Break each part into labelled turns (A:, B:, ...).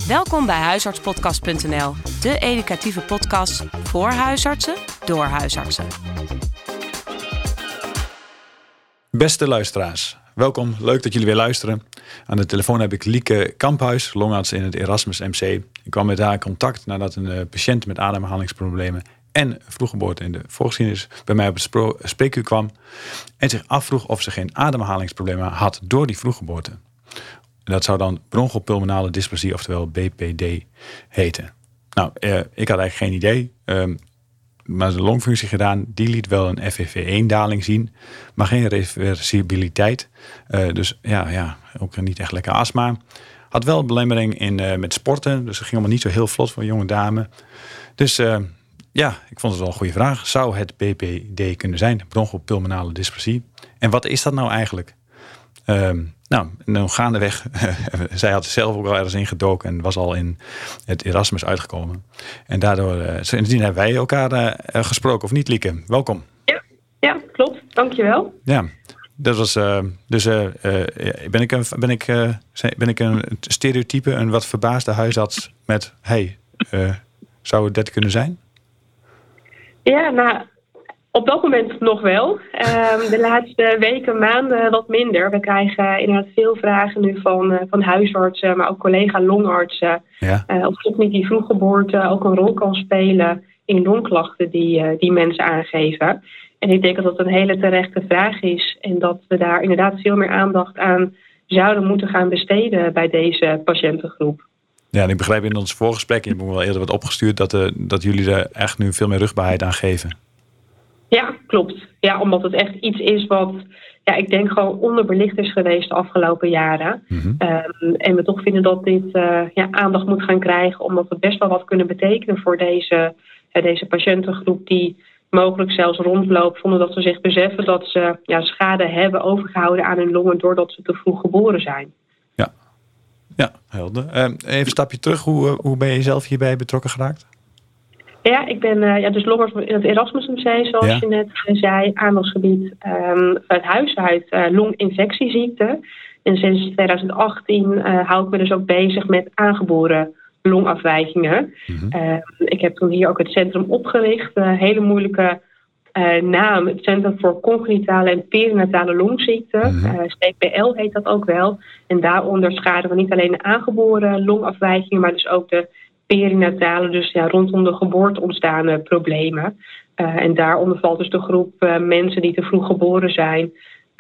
A: Welkom bij huisartspodcast.nl, de educatieve podcast voor huisartsen, door huisartsen.
B: Beste luisteraars, welkom. Leuk dat jullie weer luisteren. Aan de telefoon heb ik Lieke Kamphuis, longarts in het Erasmus MC. Ik kwam met haar in contact nadat een patiënt met ademhalingsproblemen en vroeggeboorte in de voorgeschiedenis bij mij op het spreekuur kwam en zich afvroeg of ze geen ademhalingsproblemen had door die vroeggeboorte. Dat zou dan bronchopulmonale dysplasie, oftewel BPD, heten. Nou, ik had eigenlijk geen idee. Maar de longfunctie gedaan, die liet wel een FEV1-daling zien. Maar geen reversibiliteit. Dus ook niet echt lekker astma. Had wel belemmering met sporten. Dus dat ging allemaal niet zo heel vlot voor een jonge dame. Dus ik vond het wel een goede vraag. Zou het BPD kunnen zijn? Bronchopulmonale dysplasie. En wat is dat nou eigenlijk? En dan gaandeweg, zij had zelf ook al ergens ingedoken en was al in het Erasmus uitgekomen. En daardoor, sindsdien hebben wij elkaar gesproken, of niet, Lieke? Welkom.
C: Ja, klopt. Dankjewel.
B: Ja, dat was, ben ik een stereotype, een wat verbaasde huisarts met, zou het dat kunnen zijn?
C: Ja, op dat moment nog wel. De laatste weken, maanden wat minder. We krijgen inderdaad veel vragen nu van huisartsen, maar ook collega-longartsen. Ja. Of toch niet die vroeggeboorte ook een rol kan spelen in longklachten die mensen aangeven. En ik denk dat dat een hele terechte vraag is. En dat we daar inderdaad veel meer aandacht aan zouden moeten gaan besteden bij deze patiëntengroep.
B: Ja, en ik begrijp in ons voorgesprek, je hebt me wel eerder wat opgestuurd, dat jullie er echt nu veel meer rugbaarheid aan geven.
C: Ja, klopt. Ja, omdat het echt iets is wat ik denk gewoon onderbelicht is geweest de afgelopen jaren. Mm-hmm. En we toch vinden dat dit aandacht moet gaan krijgen, omdat we best wel wat kunnen betekenen voor deze patiëntengroep die mogelijk zelfs rondloopt zonder dat ze zich beseffen dat ze schade hebben overgehouden aan hun longen doordat ze te vroeg geboren zijn.
B: Ja, helder. Even een stapje terug. Hoe ben je zelf hierbij betrokken geraakt?
C: Ja, ik ben dus longarts in het Erasmus MC, zoals je net zei, aandachtsgebied uit huis uit longinfectieziekten. En sinds 2018 hou ik me dus ook bezig met aangeboren longafwijkingen. Mm-hmm. Ik heb toen hier ook het centrum opgericht, hele moeilijke naam, het Centrum voor Congenitale en Perinatale Longziekten. Mm-hmm. CPL heet dat ook wel. En daaronder scharen we niet alleen de aangeboren longafwijkingen, maar dus ook de perinatale, dus rondom de geboorte ontstaande problemen. En daaronder valt dus de groep mensen die te vroeg geboren zijn,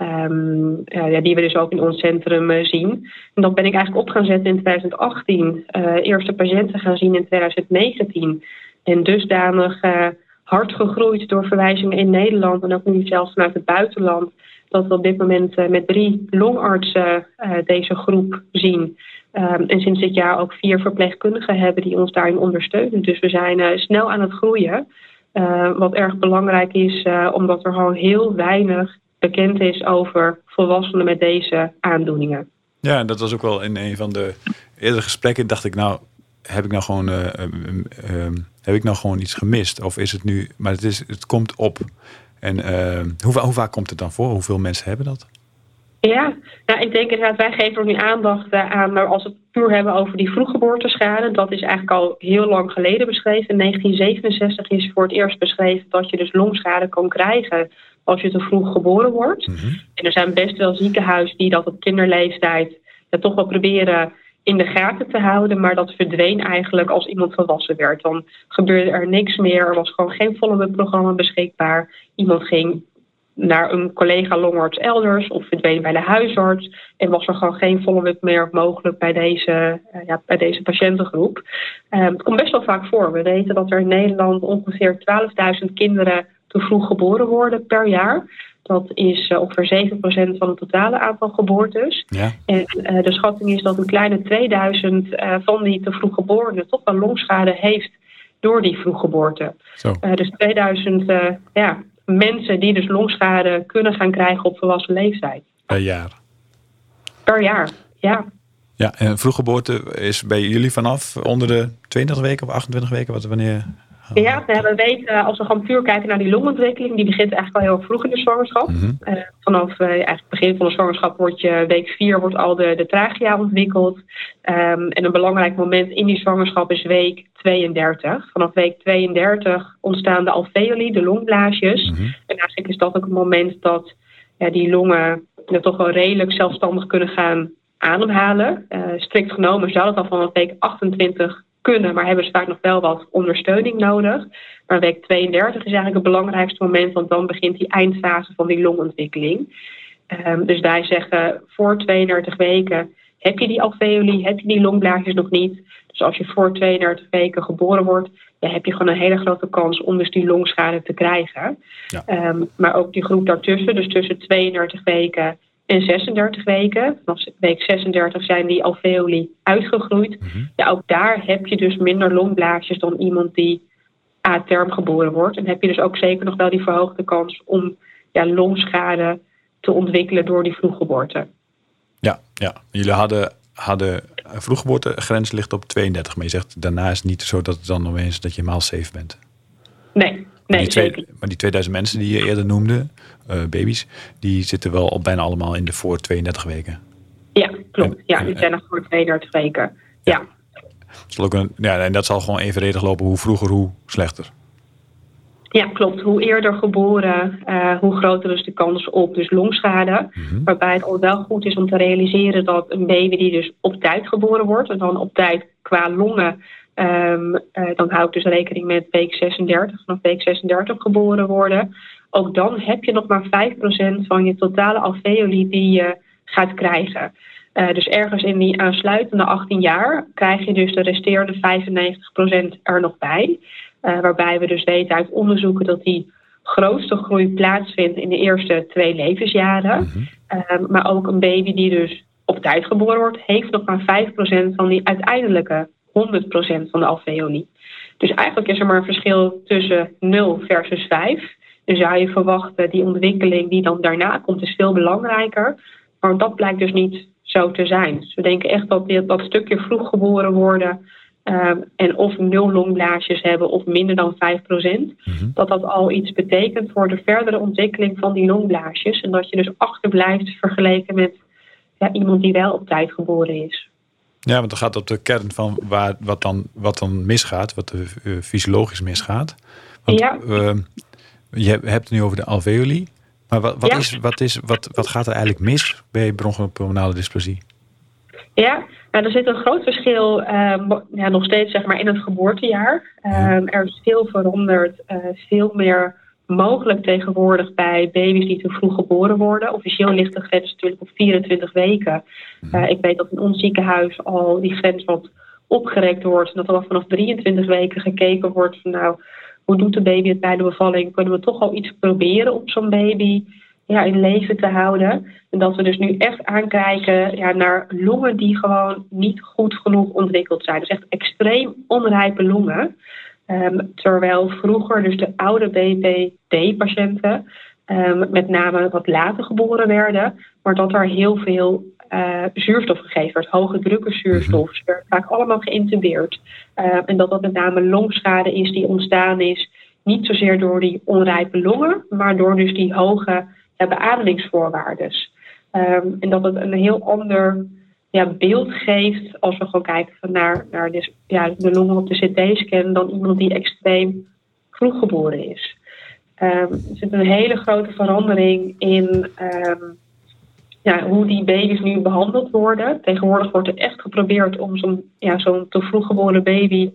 C: die we dus ook in ons centrum zien. En dat ben ik eigenlijk op gaan zetten in 2018. Eerste patiënten gaan zien in 2019. En dusdanig hard gegroeid door verwijzingen in Nederland en ook nu zelfs vanuit het buitenland, dat we op dit moment met 3 longartsen deze groep zien. En sinds dit jaar ook 4 verpleegkundigen hebben die ons daarin ondersteunen. Dus we zijn snel aan het groeien. Wat erg belangrijk is, omdat er gewoon heel weinig bekend is over volwassenen met deze aandoeningen. Ja,
B: dat was ook wel in een van de eerdere gesprekken. Dacht ik, heb ik nou gewoon iets gemist? Of is het nu, maar het komt op. En hoe vaak komt het dan voor? Hoeveel mensen hebben dat?
C: Ja, ik denk inderdaad, wij geven er nu aandacht aan, maar als we het puur hebben over die vroeggeboorteschade, dat is eigenlijk al heel lang geleden beschreven. In 1967 is voor het eerst beschreven dat je dus longschade kan krijgen als je te vroeg geboren wordt. Mm-hmm. En er zijn best wel ziekenhuizen die dat op kinderleeftijd toch wel proberen in de gaten te houden, maar dat verdween eigenlijk als iemand volwassen werd. Dan gebeurde er niks meer, er was gewoon geen follow-up programma beschikbaar. Iemand ging naar een collega longarts elders of verdween bij de huisarts en was er gewoon geen follow-up meer mogelijk bij deze patiëntengroep. Het komt best wel vaak voor. We weten dat er in Nederland ongeveer 12.000 kinderen te vroeg geboren worden per jaar. Dat is ongeveer 7% van het totale aantal geboortes. Ja. En de schatting is dat een kleine 2000 van die te vroeg geborenen toch wel longschade heeft door die vroeggeboorte. Dus 2000 mensen die dus longschade kunnen gaan krijgen op volwassen leeftijd.
B: Per jaar?
C: Per jaar, ja.
B: Ja, en vroeggeboorte is bij jullie vanaf onder de 22 weken of 28 weken? Wanneer
C: Ja, we weten, als we gewoon puur kijken naar die longontwikkeling, die begint eigenlijk al heel erg vroeg in de zwangerschap.
B: Mm-hmm.
C: Vanaf eigenlijk het begin van de zwangerschap week 4 wordt al de trachea ontwikkeld. En een belangrijk moment in die zwangerschap is week 32. Vanaf week 32 ontstaan de alveoli, de longblaasjes.
B: Mm-hmm.
C: En eigenlijk is dat ook het moment dat die longen toch wel redelijk zelfstandig kunnen gaan ademhalen. Strikt genomen zou het al vanaf week 28 kunnen, maar hebben ze vaak nog wel wat ondersteuning nodig. Maar week 32 is eigenlijk het belangrijkste moment, want dan begint die eindfase van die longontwikkeling. Dus wij zeggen, voor 32 weken heb je die alveoli, heb je die longblaasjes nog niet. Dus als je voor 32 weken geboren wordt, heb je gewoon een hele grote kans om dus die longschade te krijgen. Ja. Maar ook die groep daartussen, dus tussen 32 weken en 36 weken. Vanaf week 36 zijn die alveoli uitgegroeid. Mm-hmm. Ja, ook daar heb je dus minder longblaasjes dan iemand die aterm geboren wordt. En heb je dus ook zeker nog wel die verhoogde kans om longschade te ontwikkelen door die vroeggeboorte.
B: Ja. Jullie hadden vroeggeboortegrens ligt op 32. Maar je zegt daarna is het niet zo dat het dan nog eens dat je maal safe bent.
C: Nee, zeker.
B: Maar die 2000 mensen die je eerder noemde, baby's, die zitten wel al bijna allemaal in de voor 32 weken.
C: Ja, klopt. Die zijn nog voor 32 weken. Ja.
B: En dat zal gewoon evenredig lopen. Hoe vroeger, hoe slechter.
C: Ja, klopt. Hoe eerder geboren, hoe groter is de kans op dus longschade. Mm-hmm. Waarbij het al wel goed is om te realiseren dat een baby die dus op tijd geboren wordt, en dan op tijd qua longen, dan hou ik dus rekening met week 36, vanaf week 36 geboren worden. Ook dan heb je nog maar 5% van je totale alveoli die je gaat krijgen. Dus ergens in die aansluitende 18 jaar krijg je dus de resterende 95% er nog bij. Waarbij we dus weten uit onderzoeken dat die grootste groei plaatsvindt in de eerste 2 levensjaren. Mm-hmm. Maar ook een baby die dus op tijd geboren wordt, heeft nog maar 5% van die uiteindelijke 100% van de alveoli. Dus eigenlijk is er maar een verschil tussen 0 versus 5. Dan zou je verwachten, die ontwikkeling die dan daarna komt is veel belangrijker. Maar dat blijkt dus niet zo te zijn. Dus we denken echt dat stukje vroeg geboren worden en of 0 longblaasjes hebben of minder dan 5%, mm-hmm. dat al iets betekent voor de verdere ontwikkeling van die longblaasjes. En dat je dus achterblijft vergeleken met iemand die wel op tijd geboren is.
B: Ja, want dan gaat het op de kern van wat dan misgaat, wat er fysiologisch misgaat. Want, je hebt het nu over de alveoli. Maar wat gaat er eigenlijk mis bij bronchopulmonale dysplasie? Ja,
C: er zit een groot verschil nog steeds zeg maar in het geboortejaar. Er is veel veranderd, veel meer mogelijk tegenwoordig bij baby's die te vroeg geboren worden. Officieel ligt de grens natuurlijk op 24 weken. Ik weet dat in ons ziekenhuis al die grens wat opgerekt wordt. En dat er al vanaf 23 weken gekeken wordt van hoe doet de baby het bij de bevalling? Kunnen we toch al iets proberen om zo'n baby in leven te houden? En dat we dus nu echt aankijken naar longen die gewoon niet goed genoeg ontwikkeld zijn. Dus echt extreem onrijpe longen. Terwijl vroeger dus de oude BPD-patiënten met name wat later geboren werden, maar dat er heel veel zuurstof gegeven werd, hoge drukken zuurstof. Ze werden vaak allemaal geïntubeerd. En dat met name longschade is die ontstaan is, niet zozeer door die onrijpe longen, maar door dus die hoge beademingsvoorwaarden. En dat het een heel ander beeld geeft als we gewoon kijken naar de longen op de CT-scan dan iemand die extreem vroeg geboren is. Er zit een hele grote verandering in hoe die baby's nu behandeld worden. Tegenwoordig wordt er echt geprobeerd om zo'n te vroeg geboren baby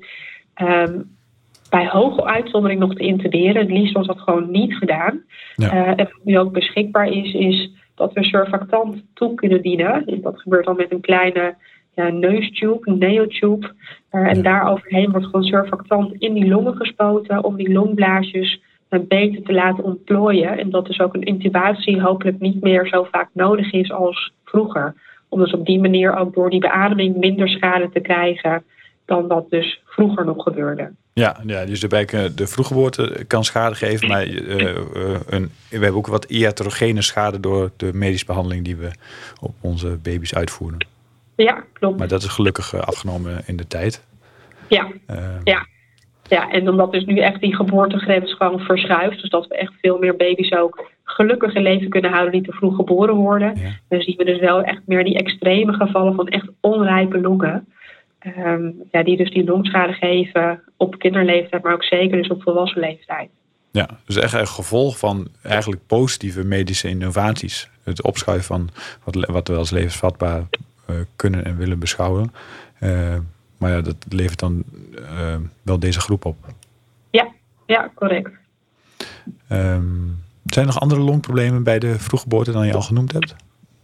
C: bij hoge uitzondering nog te intuberen. Het liefst wordt dat gewoon niet gedaan. Ja. En wat nu ook beschikbaar is dat we surfactant toe kunnen dienen. En dat gebeurt dan met een kleine neustube, een neotube. En daar overheen wordt gewoon surfactant in die longen gespoten om die longblaasjes beter te laten ontplooien. En dat dus ook een intubatie hopelijk niet meer zo vaak nodig is als vroeger. Om dus op die manier ook door die beademing minder schade te krijgen dan dat dus vroeger nog gebeurde.
B: Ja, dus de vroeggeboorte kan schade geven, maar we hebben ook wat iatrogene schade door de medische behandeling die we op onze baby's uitvoeren.
C: Ja, klopt.
B: Maar dat is gelukkig afgenomen in de tijd.
C: Ja. Ja, en omdat dus nu echt die geboortegrens gewoon verschuift. Dus dat we echt veel meer baby's ook gelukkig in leven kunnen houden die te vroeg geboren worden.
B: Ja.
C: Dan zien we dus wel echt meer die extreme gevallen van echt onrijpe longen. Die dus die longschade geven op kinderleeftijd, maar ook zeker dus op volwassen leeftijd.
B: Ja, dus echt een gevolg van eigenlijk positieve medische innovaties. Het opschuiven van wat we als levensvatbaar kunnen en willen beschouwen. Maar ja, dat levert dan wel deze groep op.
C: Ja, correct.
B: Zijn er nog andere longproblemen bij de vroeggeboorte dan je al genoemd hebt?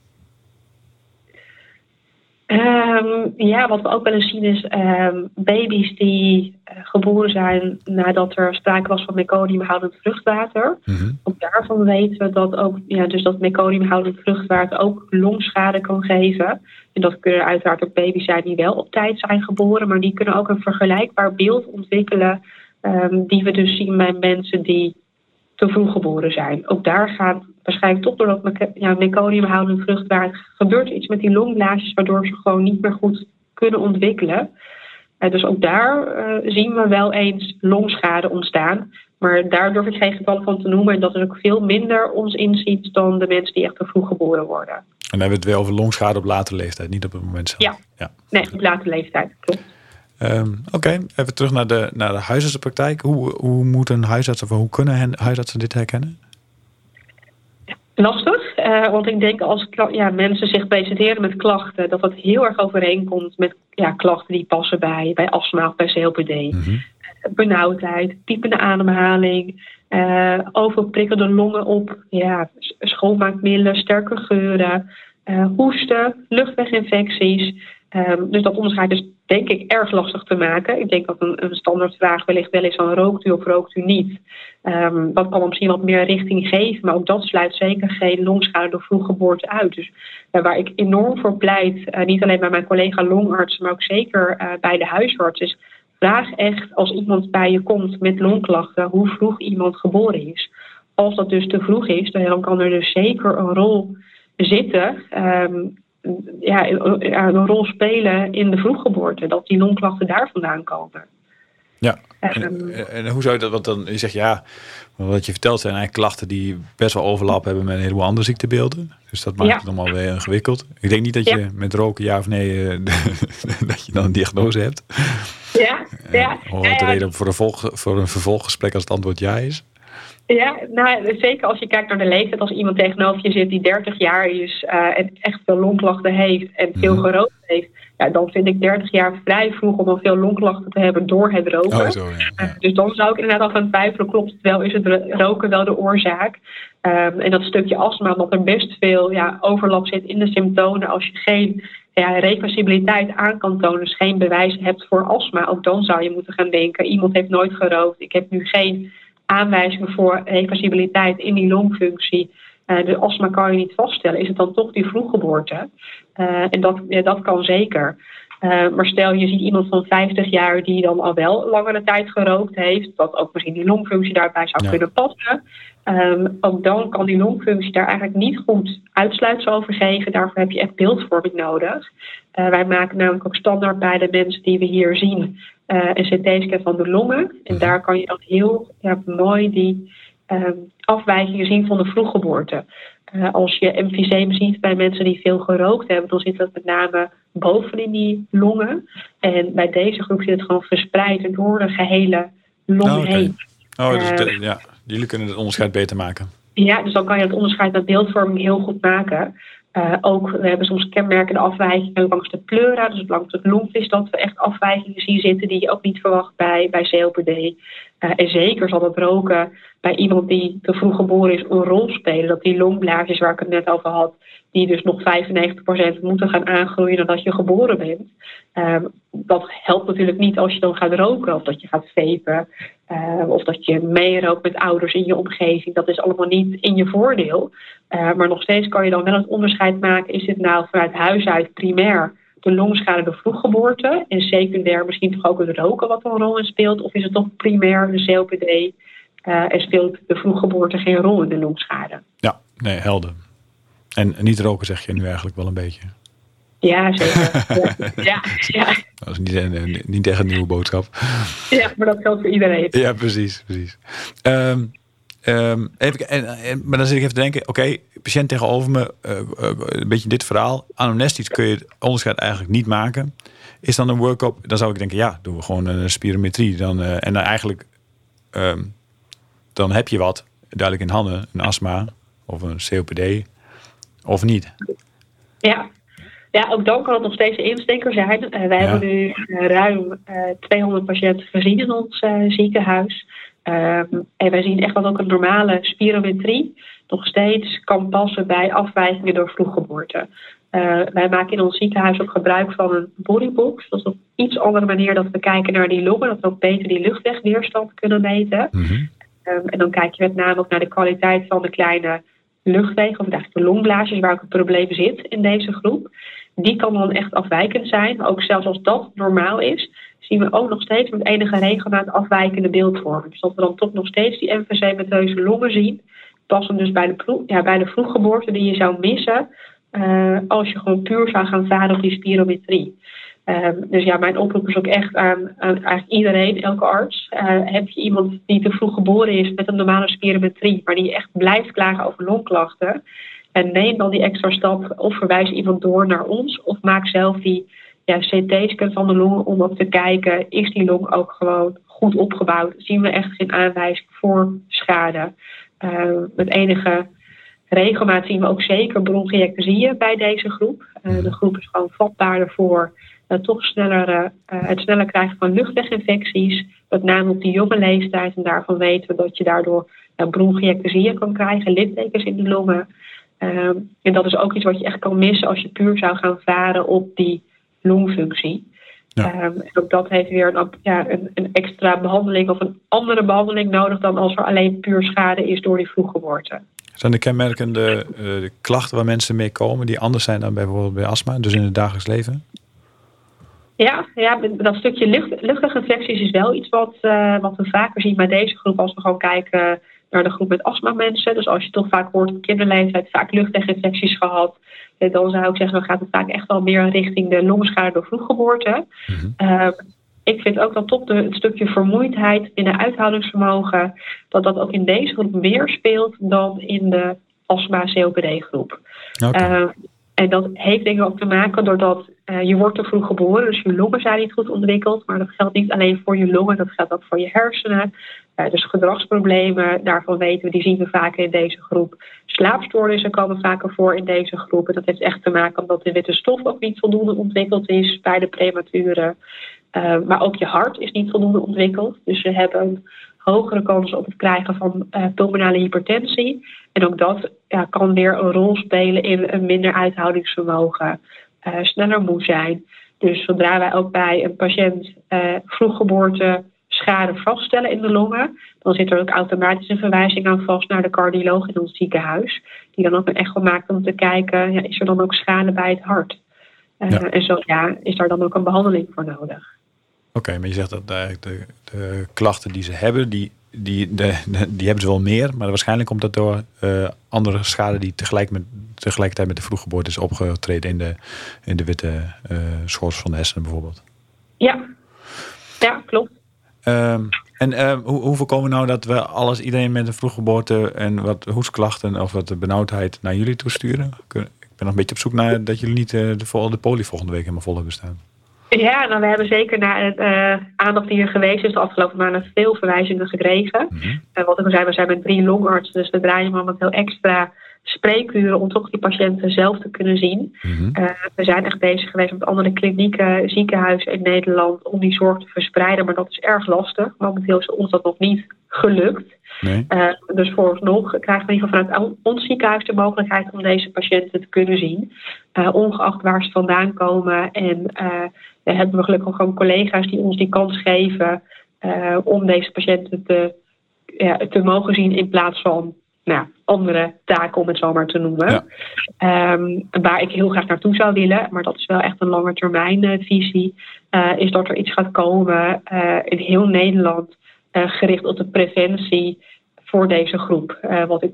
C: Wat we ook wel eens zien is baby's die geboren zijn nadat er sprake was van meconiumhoudend vruchtwater.
B: Mm-hmm.
C: Ook daarvan weten we dat ook, dus dat meconiumhoudend vruchtwater ook longschade kan geven. En dat kunnen uiteraard ook baby's zijn die wel op tijd zijn geboren, maar die kunnen ook een vergelijkbaar beeld ontwikkelen die we dus zien bij mensen die te vroeg geboren zijn. Ook daar gaat waarschijnlijk toch door dat meconiumhoudend vruchtwater gebeurt iets met die longblaasjes, waardoor ze gewoon niet meer goed kunnen ontwikkelen. Dus ook daar zien we wel eens longschade ontstaan. Maar daar durf ik geen getallen van te noemen. En dat is ook veel minder ons inziens dan de mensen die echt te vroeg geboren worden.
B: En dan hebben we het weer over longschade op latere leeftijd, niet op het moment zelf.
C: Ja. Nee, op latere leeftijd, klopt.
B: Oké, even terug naar de huisartsenpraktijk. Hoe moet een huisarts of hoe kunnen huisartsen dit herkennen?
C: Lastig, want ik denk als mensen zich presenteren met klachten, dat het heel erg overeenkomt met klachten die passen bij astma of bij COPD.
B: Mm-hmm.
C: Benauwdheid, piepende ademhaling, overprikkelde longen op, schoonmaakmiddelen, sterke geuren, hoesten, luchtweginfecties. Dus dat onderscheid is denk ik erg lastig te maken. Ik denk dat een standaardvraag wellicht wel is van rookt u of rookt u niet. Dat kan misschien wat meer richting geven, maar ook dat sluit zeker geen longschade door vroeggeboorte uit. Dus waar ik enorm voor pleit, niet alleen bij mijn collega longartsen, maar ook zeker bij de huisarts, is vraag echt als iemand bij je komt met longklachten hoe vroeg iemand geboren is. Als dat dus te vroeg is, dan kan er dus zeker een rol zitten. Een rol spelen in de vroeggeboorte. Dat die longklachten daar vandaan komen.
B: Ja, en hoe zou je dat, want dan je zegt wat je vertelt zijn eigenlijk klachten die best wel overlap hebben met een heleboel andere ziektebeelden. Dus dat maakt het allemaal weer ingewikkeld. Ik denk niet dat je met roken ja of nee, dat je dan een diagnose hebt. Hoort de reden voor een vervolggesprek als het antwoord ja is?
C: Ja, zeker als je kijkt naar de leeftijd. Als iemand tegenover je zit die 30 jaar is en echt veel longklachten heeft en veel gerookt heeft. Dan vind ik 30 jaar vrij vroeg om al veel longklachten te hebben door het roken. Dus dan zou ik inderdaad al gaan twijfelen, klopt het wel, is het roken wel de oorzaak? En dat stukje astma, omdat er best veel overlap zit in de symptomen. Als je geen reversibiliteit aan kan tonen, dus geen bewijs hebt voor astma, ook dan zou je moeten gaan denken, iemand heeft nooit gerookt, ik heb nu geen aanwijzingen voor reversibiliteit in die longfunctie. De astma kan je niet vaststellen. Is het dan toch die vroeggeboorte? En dat kan zeker. Maar stel je ziet iemand van 50 jaar die dan al wel langere tijd gerookt heeft, dat ook misschien die longfunctie daarbij zou kunnen passen. Ook dan kan die longfunctie daar eigenlijk niet goed uitsluitsel over geven. Daarvoor heb je echt beeldvorming nodig. Wij maken namelijk ook standaard bij de mensen die we hier zien een CT-scan van de longen. En daar kan je dan heel mooi die afwijkingen zien van de vroeggeboorte. Als je emfyseem ziet bij mensen die veel gerookt hebben, dan zit dat met name bovenin die longen. En bij deze groep zit het gewoon verspreid door de gehele long heen.
B: Jullie kunnen het onderscheid beter maken.
C: Ja, dus dan kan je het onderscheid met beeldvorming heel goed maken. We hebben soms kenmerkende afwijkingen langs de pleura, dus langs het longvlies, dat we echt afwijkingen zien zitten die je ook niet verwacht bij COPD. En zeker zal het roken bij iemand die te vroeg geboren is een rol spelen. Dat die longblaasjes waar ik het net over had, die dus nog 95% moeten gaan aangroeien nadat je geboren bent. Dat helpt natuurlijk niet als je dan gaat roken of dat je gaat vapen. Of dat je meerookt met ouders in je omgeving. Dat is allemaal niet in je voordeel. Maar nog steeds kan je dan wel het onderscheid maken. Is dit nou vanuit huis uit primair de longschade door vroeggeboorte en secundair misschien toch ook het roken wat er een rol in speelt? Of is het toch primair de COPD en speelt de vroeggeboorte geen rol in de longschade?
B: Ja, nee, helder. En niet roken zeg je nu eigenlijk wel een beetje.
C: Ja, zeker. Ja.
B: Dat is niet echt een nieuwe boodschap.
C: Ja, maar dat geldt voor iedereen.
B: Ja, precies. Maar dan zit ik even te denken, oké, patiënt tegenover me, een beetje dit verhaal. Anamnestisch kun je het onderscheid eigenlijk niet maken. Is dan een workup, dan zou ik denken, ja, doen we gewoon een spirometrie. En dan eigenlijk, dan heb je wat duidelijk in handen, een astma of een COPD of niet.
C: Ja, ook dan kan het nog steeds een insteker zijn. Wij hebben nu ruim 200 patiënten gezien in ons ziekenhuis. En wij zien echt dat ook een normale spirometrie nog steeds kan passen bij afwijkingen door vroeggeboorte. Wij maken in ons ziekenhuis ook gebruik van een bodybox. Dat is op iets andere manier dat we kijken naar die longen. Dat we ook beter die luchtwegweerstand kunnen meten.
B: Mm-hmm.
C: En dan kijk je met name ook naar de kwaliteit van de kleine luchtwegen, of eigenlijk de longblaasjes waar ook het probleem zit in deze groep. Die kan dan echt afwijkend zijn. Maar ook zelfs als dat normaal is, zien we ook nog steeds met enige regelmaat afwijkende beeldvorming. Dus dat we dan toch nog steeds die emfysemateuze longen zien. Passen dus bij de vroeggeboorte die je zou missen als je gewoon puur zou gaan varen op die spirometrie. Dus ja, mijn oproep is ook echt aan eigenlijk iedereen, elke arts. Heb je iemand die te vroeg geboren is met een normale spirometrie, maar die echt blijft klagen over longklachten, en neem dan die extra stap of verwijs iemand door naar ons of maak zelf die CT-scan van de longen om ook te kijken, is die long ook gewoon goed opgebouwd? Zien we echt geen aanwijzing voor schade? Met enige regelmaat zien we ook zeker bronchiectasieën bij deze groep. De groep is gewoon vatbaarder voor toch het sneller krijgen van luchtweginfecties. Met name op die jonge leeftijd. En daarvan weten we dat je daardoor bronchiectasieën kan krijgen, littekens in de longen. En dat is ook iets wat je echt kan missen als je puur zou gaan varen op die longfunctie. Ja. En ook dat heeft weer een extra behandeling of een andere behandeling nodig dan als er alleen puur schade is door die vroeggeboorte.
B: Zijn de kenmerkende klachten waar mensen mee komen die anders zijn dan bijvoorbeeld bij astma, dus in het dagelijks leven?
C: Ja, dat stukje luchtweginfecties is wel iets wat we vaker zien bij deze groep als we gewoon kijken naar de groep met astmamensen. Dus als je toch vaak hoort op kinderleeftijd vaak luchtweginfecties gehad, dan zou ik zeggen, dan gaat het vaak echt wel meer richting de longschade door vroeggeboorte. Mm-hmm. Ik vind ook dat toch het stukje vermoeidheid in de uithoudingsvermogen, dat ook in deze groep meer speelt dan in de astma-COPD-groep. Okay. En dat heeft denk ik ook te maken doordat je wordt te vroeg geboren, dus je longen zijn niet goed ontwikkeld. Maar dat geldt niet alleen voor je longen, dat geldt ook voor je hersenen. Dus gedragsproblemen, daarvan weten we, die zien we vaker in deze groep. Slaapstoornissen komen vaker voor in deze groep. En dat heeft echt te maken omdat de witte stof ook niet voldoende ontwikkeld is bij de prematuren. Maar ook je hart is niet voldoende ontwikkeld. Dus we hebben een hogere kans op het krijgen van pulmonale hypertensie. En ook dat kan weer een rol spelen in een minder uithoudingsvermogen. Sneller moe zijn. Dus zodra wij ook bij een patiënt vroeggeboorte schade vaststellen in de longen, dan zit er ook automatisch een verwijzing aan vast naar de cardioloog in ons ziekenhuis. Die dan ook een echo maakt om te kijken, is er dan ook schade bij het hart? En zo is daar dan ook een behandeling voor nodig.
B: Oké, maar je zegt dat eigenlijk de klachten die ze hebben, die hebben ze wel meer. Maar waarschijnlijk komt dat door andere schade die tegelijkertijd met de vroeggeboorte is opgetreden in de witte schors van de hersenen bijvoorbeeld.
C: Ja, klopt.
B: Hoe voorkomen we nou dat we iedereen met een vroeggeboorte en wat hoestklachten of wat benauwdheid naar jullie toesturen? Ik ben nog een beetje op zoek naar dat jullie niet de poli volgende week helemaal vol hebben staan.
C: Ja, we hebben zeker na het aandacht die er geweest is de afgelopen maanden veel verwijzingen gekregen. Mm-hmm. Wat ik al zei, we zijn met 3 longartsen, dus we draaien maar met heel extra spreekuren om toch die patiënten zelf te kunnen zien. Mm-hmm. We zijn echt bezig geweest met andere klinieken, ziekenhuizen in Nederland om die zorg te verspreiden, maar dat is erg lastig. Momenteel is ons dat nog niet gelukt. Nee. Dus vooralsnog krijgen we in ieder geval vanuit ons ziekenhuis de mogelijkheid om deze patiënten te kunnen zien. Ongeacht waar ze vandaan komen. En hebben we gelukkig gewoon collega's die ons die kans geven om deze patiënten te mogen zien in plaats van andere taken, om het zo maar te noemen. Ja. Waar ik heel graag naartoe zou willen, maar dat is wel echt een langetermijnvisie, is dat er iets gaat komen in heel Nederland gericht op de preventie voor deze groep. Wat ik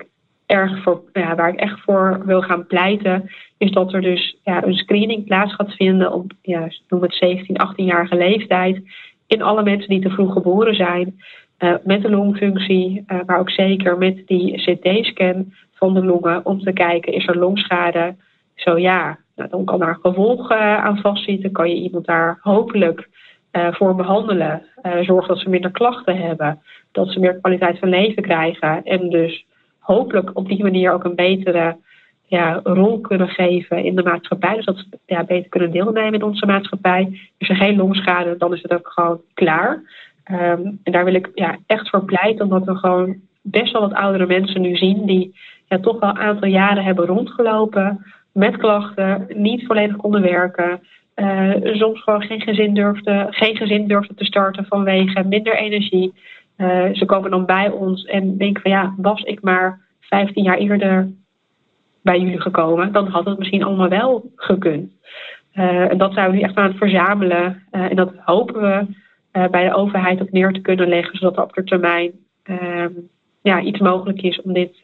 C: waar ik echt voor wil gaan pleiten, is dat er dus een screening plaats gaat vinden op, noem het 17, 18-jarige leeftijd, in alle mensen die te vroeg geboren zijn, met een longfunctie, maar ook zeker met die CT-scan van de longen, om te kijken, is er longschade? Zo ja, dan kan daar gevolgen aan vastzitten, kan je iemand daar hopelijk voor behandelen, zorgen dat ze minder klachten hebben, dat ze meer kwaliteit van leven krijgen en dus hopelijk op die manier ook een betere rol kunnen geven in de maatschappij. Dus dat ze beter kunnen deelnemen in onze maatschappij. Is er geen longschade, dan is het ook gewoon klaar. En daar wil ik echt voor pleiten, omdat we gewoon best wel wat oudere mensen nu zien die toch wel een aantal jaren hebben rondgelopen met klachten, niet volledig konden werken. Soms gewoon geen gezin durfden te starten vanwege minder energie. Ze komen dan bij ons en denken van was ik maar 15 jaar eerder bij jullie gekomen, dan had het misschien allemaal wel gekund. En dat zijn we nu echt aan het verzamelen. En dat hopen we bij de overheid ook neer te kunnen leggen, zodat er op de termijn iets mogelijk is om dit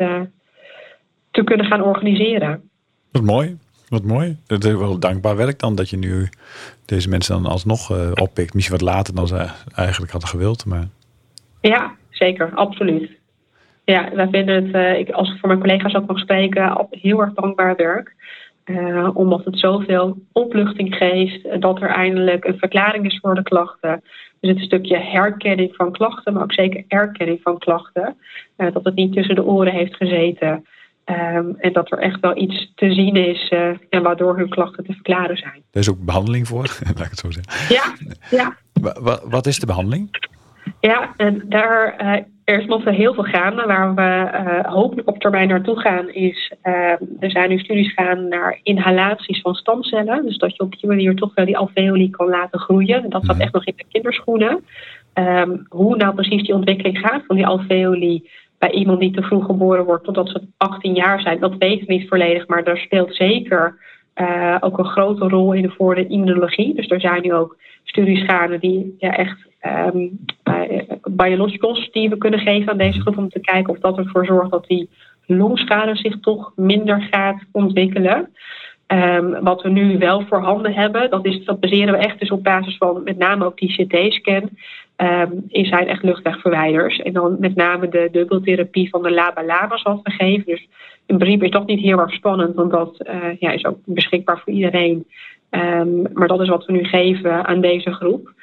C: te kunnen gaan organiseren.
B: Wat mooi. Dat is wel dankbaar werk dan, dat je nu deze mensen dan alsnog oppikt. Misschien wat later dan ze eigenlijk hadden gewild. Maar... Ja,
C: zeker. Absoluut. Ja, wij vinden het, als ik voor mijn collega's ook mag spreken, heel erg dankbaar werk. Omdat het zoveel opluchting geeft dat er eindelijk een verklaring is voor de klachten. Dus het stukje herkenning van klachten, maar ook zeker erkenning van klachten. Dat het niet tussen de oren heeft gezeten. En dat er echt wel iets te zien is en waardoor hun klachten te verklaren zijn.
B: Er is ook behandeling voor, laat ik het zo zeggen.
C: Ja. Wat
B: is de behandeling?
C: Ja, en daar er is nog heel veel gaande. Waar we hopelijk op termijn naartoe gaan is... er zijn nu studies gaan naar inhalaties van stamcellen. Dus dat je op die manier toch wel die alveoli kan laten groeien. Dat staat echt nog in de kinderschoenen. Hoe nou precies die ontwikkeling gaat van die alveoli bij iemand die te vroeg geboren wordt totdat ze 18 jaar zijn, dat weten we niet volledig. Maar daar speelt zeker ook een grote rol in voor de immunologie. Dus er zijn nu ook studies gaande die echt biologicals die we kunnen geven aan deze groep om te kijken of dat ervoor zorgt dat die longschade zich toch minder gaat ontwikkelen. Wat we nu wel voorhanden hebben, dat baseren we echt dus op basis van met name ook die CT-scan, zijn echt luchtwegverwijders. En dan met name de dubbeltherapie van de LABA/LAMA's wat we geven. Dus in principe is dat niet heel erg spannend, want dat is ook beschikbaar voor iedereen. Maar dat is wat we nu geven aan deze groep.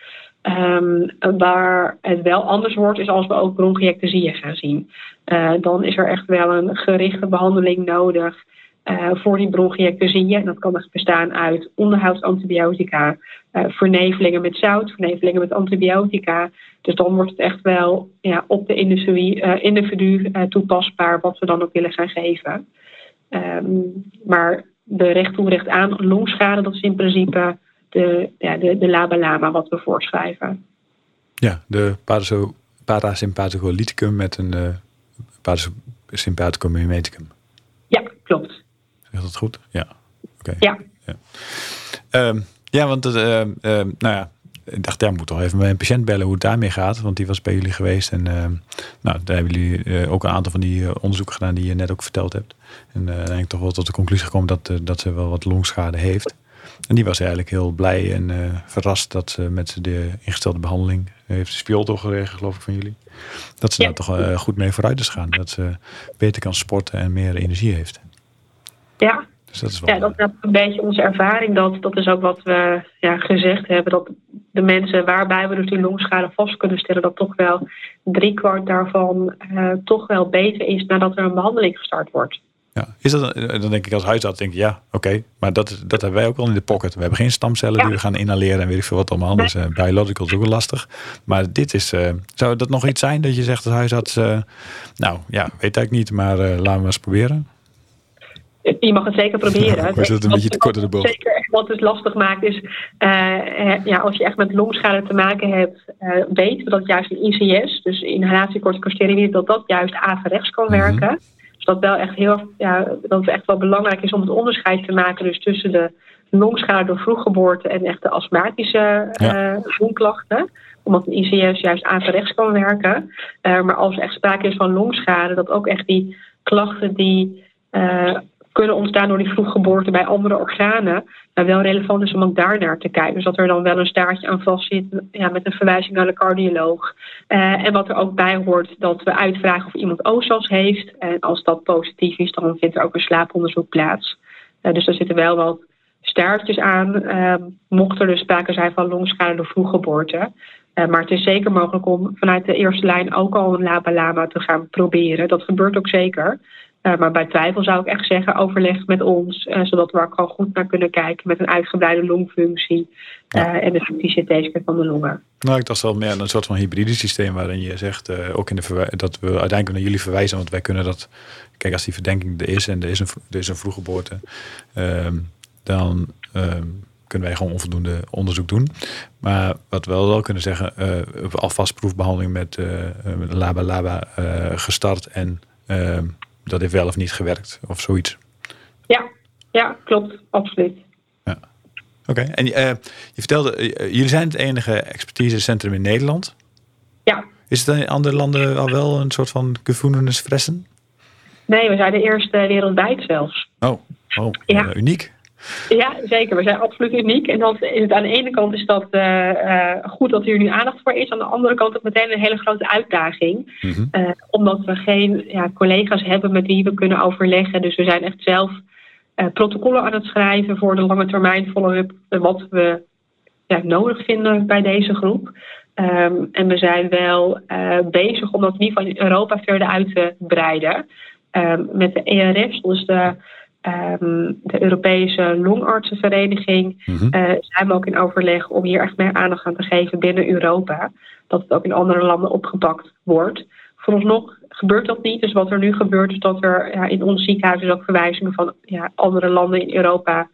C: Waar het wel anders wordt, is als we ook bronchiectasieën gaan zien. Dan is er echt wel een gerichte behandeling nodig voor die bronchiectasieën. En dat kan echt bestaan uit onderhoudsantibiotica, vernevelingen met zout, vernevelingen met antibiotica. Dus dan wordt het echt wel op de individu toepasbaar wat we dan ook willen gaan geven. Maar de recht toe recht aan longschade, dat is in principe de LABA/LAMA wat we voorschrijven.
B: Ja, de parasympathicum met een parasympathicum mimeticum.
C: Ja, klopt.
B: Is dat goed? Ja. Okay.
C: Ja.
B: Want ik dacht, ik moet toch even bij een patiënt bellen hoe het daarmee gaat. Want die was bij jullie geweest. En daar hebben jullie ook een aantal van die onderzoeken gedaan die je net ook verteld hebt. En dan ben ik toch wel tot de conclusie gekomen dat ze wel wat longschade heeft. En die was eigenlijk heel blij en verrast dat ze met de ingestelde behandeling, heeft de spiol geregeld geloof ik van jullie, dat ze daar toch goed mee vooruit is gaan. Dat ze beter kan sporten en meer energie heeft.
C: Ja.
B: Dus dat is wel
C: dat is een beetje onze ervaring. Dat is ook wat we gezegd hebben. Dat de mensen waarbij we dus die longschade vast kunnen stellen, dat toch wel 3/4 daarvan toch wel beter is nadat er een behandeling gestart wordt.
B: Ja, is dat dan denk ik als huisarts oké, maar dat hebben wij ook al in de pocket. We hebben geen stamcellen die we gaan inhaleren en weet ik veel wat allemaal. Dus biological is ook wel lastig. Maar dit is, zou dat nog iets zijn dat je zegt als huisarts, weet eigenlijk niet, maar laten we eens proberen?
C: Je mag het zeker proberen.
B: Is dat een beetje te kort in de bocht?
C: Zeker, wat het lastig maakt is, als je echt met longschade te maken hebt, weten we dat juist een ICS, dus inhalatiecorticosteroïden, dat juist averechts kan werken. Dus dat wel echt dat het echt wel belangrijk is om het onderscheid te maken dus tussen de longschade door vroeggeboorte en echt de astmatische longklachten. Omdat een ICS juist averechts kan werken. Maar als er echt sprake is van longschade, dat ook echt die klachten die kunnen ontstaan door die vroeggeboorte bij andere organen, wel relevant is om ook daar naar te kijken. Dus dat er dan wel een staartje aan vast zit met een verwijzing naar de cardioloog. En wat er ook bij hoort, dat we uitvragen of iemand OSAS heeft. En als dat positief is, dan vindt er ook een slaaponderzoek plaats. Dus er zitten wel wat staartjes aan, mocht er dus sprake zijn van longschade door vroeggeboorte. Maar het is zeker mogelijk om vanuit de eerste lijn ook al een LABA/LAMA te gaan proberen. Dat gebeurt ook zeker. Maar bij twijfel zou ik echt zeggen, overleg met ons, zodat we er gewoon goed naar kunnen kijken met een uitgebreide longfunctie en de CT-scan van de longen.
B: Nou, ik dacht wel meer een soort van hybride systeem waarin je zegt, ook in dat we uiteindelijk naar jullie verwijzen, want wij kunnen dat, kijk, als die verdenking er is en er is een vroeggeboorte, dan kunnen wij gewoon onvoldoende onderzoek doen. Maar wat we wel kunnen zeggen, alvast proefbehandeling met LABA/LABA gestart en dat heeft wel of niet gewerkt of zoiets.
C: Ja, klopt. Absoluut.
B: Ja. Oké. En je vertelde, jullie zijn het enige expertisecentrum in Nederland.
C: Ja.
B: Is het in andere landen al wel een soort van gevoelens fressen?
C: Nee, we zijn de eerste wereldwijd zelfs.
B: Ja. Uniek.
C: Ja, zeker. We zijn absoluut uniek. En dan is het aan de ene kant is dat goed dat hier nu aandacht voor is. Aan de andere kant ook meteen een hele grote uitdaging. Mm-hmm. Omdat we geen collega's hebben met wie we kunnen overleggen. Dus we zijn echt zelf protocollen aan het schrijven voor de lange termijn follow-up. Wat we nodig vinden bij deze groep. En we zijn wel bezig om dat in ieder geval in Europa verder uit te breiden. Met de ERF's, dus de Europese Longartsenvereniging, zijn we ook in overleg om hier echt meer aandacht aan te geven binnen Europa. Dat het ook in andere landen opgepakt wordt. Vooralsnog gebeurt dat niet. Dus wat er nu gebeurt is dat er in ons ziekenhuis dus ook verwijzingen van andere landen in Europa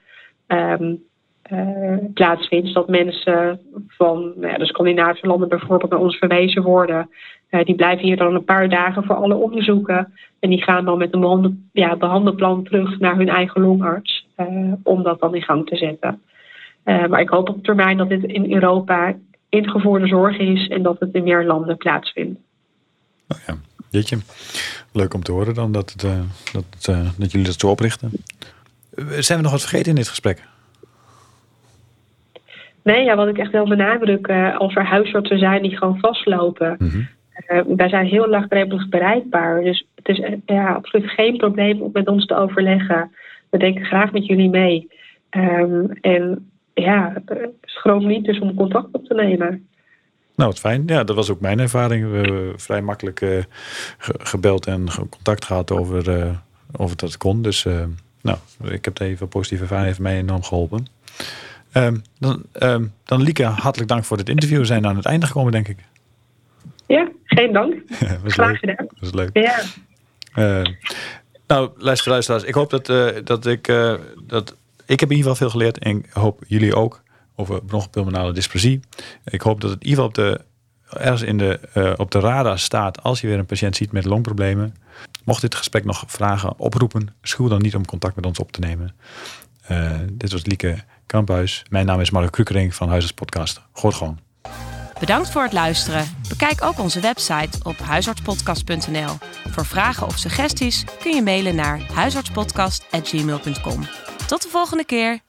C: plaatsvindt. Dat mensen van de Scandinavische landen bijvoorbeeld naar ons verwezen worden. Die blijven hier dan een paar dagen voor alle onderzoeken. En die gaan dan met een behandelplan terug naar hun eigen longarts. Om dat dan in gang te zetten. Maar ik hoop op termijn dat dit in Europa ingevoerde zorg is. En dat het in meer landen plaatsvindt.
B: Oh ja, jeetje. Leuk om te horen dan dat jullie dat zo oprichten. Zijn we nog wat vergeten in dit gesprek?
C: Nee, wat ik echt wil benadrukken, als er huisartsen zijn die gewoon vastlopen. Mm-hmm. Wij zijn heel laagdrempelig bereikbaar. Dus het is absoluut geen probleem om met ons te overleggen. We denken graag met jullie mee. Schroom niet dus om contact op te nemen.
B: Nou, wat fijn. Ja, dat was ook mijn ervaring. We hebben vrij makkelijk gebeld en contact gehad over dat het kon. Dus ik heb even positieve ervaring, heeft mij enorm geholpen. Dan Lieke, hartelijk dank voor dit interview. We zijn aan het einde gekomen, denk ik.
C: Ja, geen dank. Graag gedaan.
B: Dat was leuk.
C: Ja.
B: Luisteraars, ik hoop dat ik heb in ieder geval veel geleerd en ik hoop jullie ook over bronchopulmonale dysplasie. Ik hoop dat het in ieder geval ergens op de radar staat als je weer een patiënt ziet met longproblemen. Mocht dit gesprek nog vragen oproepen, schuw dan niet om contact met ons op te nemen. Dit was Lieke Kamphuis. Mijn naam is Mark Krukering van Huisarts Podcast. Gooi gewoon.
A: Bedankt voor het luisteren. Bekijk ook onze website op huisartspodcast.nl. Voor vragen of suggesties kun je mailen naar huisartspodcast@gmail.com. Tot de volgende keer.